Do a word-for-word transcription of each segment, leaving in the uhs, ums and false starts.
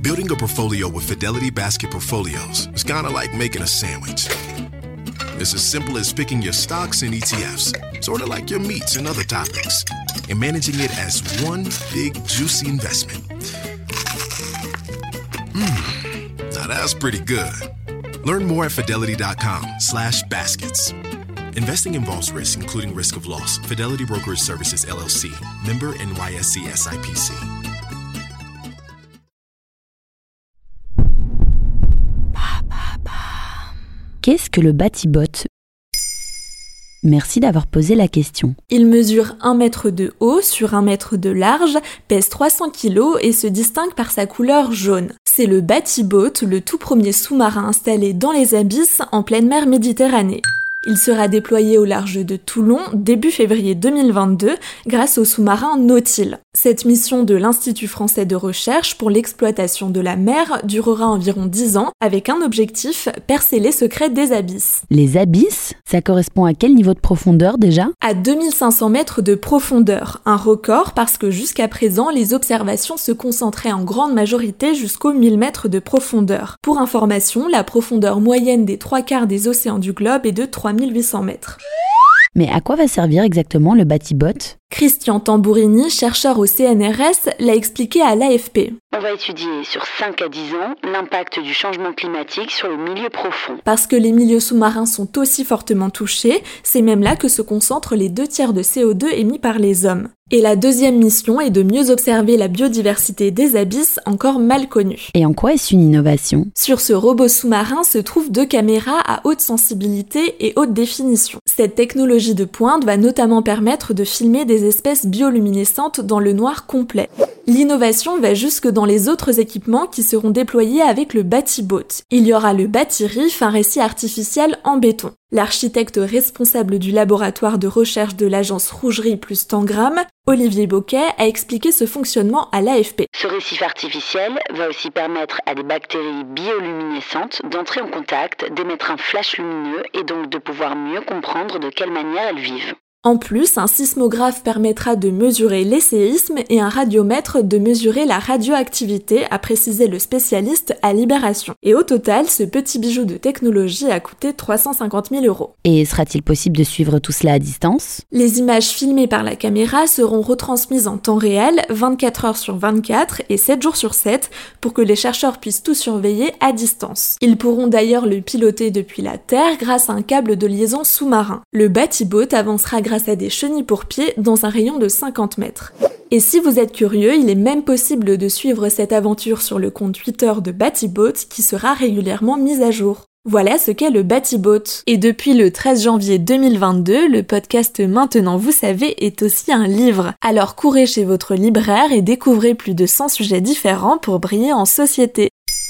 Building a portfolio with Fidelity Basket Portfolios is kind of like making a sandwich. It's as simple as picking your stocks and E T Fs, sort of like your meats and other topics, and managing it as one big, juicy investment. Mmm, now that's pretty good. Learn more at fidelity.com slash baskets. Investing involves risk, including risk of loss. Fidelity Brokerage Services, L L C. Member N Y S E S I P C. Qu'est-ce que le Batibot ? Merci d'avoir posé la question. Il mesure un mètre de haut sur un mètre de large, pèse trois cents kilos et se distingue par sa couleur jaune. C'est le Batibot, le tout premier sous-marin installé dans les abysses en pleine mer Méditerranée. Il sera déployé au large de Toulon début février deux mille vingt-deux grâce au sous-marin Nautile. Cette mission de l'Institut français de recherche pour l'exploitation de la mer durera environ dix ans avec un objectif, percer les secrets des abysses. Les abysses, ça correspond à quel niveau de profondeur déjà ? À deux mille cinq cents mètres de profondeur, un record parce que jusqu'à présent, les observations se concentraient en grande majorité jusqu'aux mille mètres de profondeur. Pour information, la profondeur moyenne des trois quarts des océans du globe est de trois mille huit cents mètres. Mais à quoi va servir exactement le Batibot ? Christian Tambourini, chercheur au C N R S, l'a expliqué à l'A F P. On va étudier sur cinq à dix ans l'impact du changement climatique sur le milieu profond. Parce que les milieux sous-marins sont aussi fortement touchés, c'est même là que se concentrent les deux tiers de C O deux émis par les hommes. Et la deuxième mission est de mieux observer la biodiversité des abysses encore mal connue. Et en quoi est-ce une innovation ? Sur ce robot sous-marin se trouvent deux caméras à haute sensibilité et haute définition. Cette technologie de pointe va notamment permettre de filmer des espèces bioluminescentes dans le noir complet. L'innovation va jusque dans les autres équipements qui seront déployés avec le Batibot. Il y aura le Batirif, un récit artificiel en béton. L'architecte responsable du laboratoire de recherche de l'agence Rougerie plus Tangram, Olivier Boquet, a expliqué ce fonctionnement à l'A F P. Ce récif artificiel va aussi permettre à des bactéries bioluminescentes d'entrer en contact, d'émettre un flash lumineux et donc de pouvoir mieux comprendre de quelle manière elles vivent. En plus, un sismographe permettra de mesurer les séismes et un radiomètre de mesurer la radioactivité, a précisé le spécialiste à Libération. Et au total, ce petit bijou de technologie a coûté trois cent cinquante mille euros. Et sera-t-il possible de suivre tout cela à distance ? Les images filmées par la caméra seront retransmises en temps réel, vingt-quatre heures sur vingt-quatre et sept jours sur sept, pour que les chercheurs puissent tout surveiller à distance. Ils pourront d'ailleurs le piloter depuis la Terre grâce à un câble de liaison sous-marin. Le Batibot avancera grâce grâce à des chenilles pour pieds dans un rayon de cinquante mètres. Et si vous êtes curieux, il est même possible de suivre cette aventure sur le compte Twitter de Batibot qui sera régulièrement mis à jour. Voilà ce qu'est le Batibot. Et depuis le treize janvier deux mille vingt-deux, le podcast Maintenant vous savez est aussi un livre. Alors courez chez votre libraire et découvrez plus de cent sujets différents pour briller en société.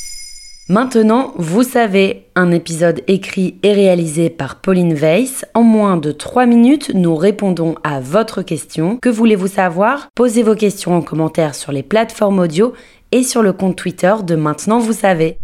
Maintenant, vous savez, un épisode écrit et réalisé par Pauline Weiss. En moins de trois minutes, nous répondons à votre question. Que voulez-vous savoir ? Posez vos questions en commentaire sur les plateformes audio et sur le compte Twitter de Maintenant vous savez.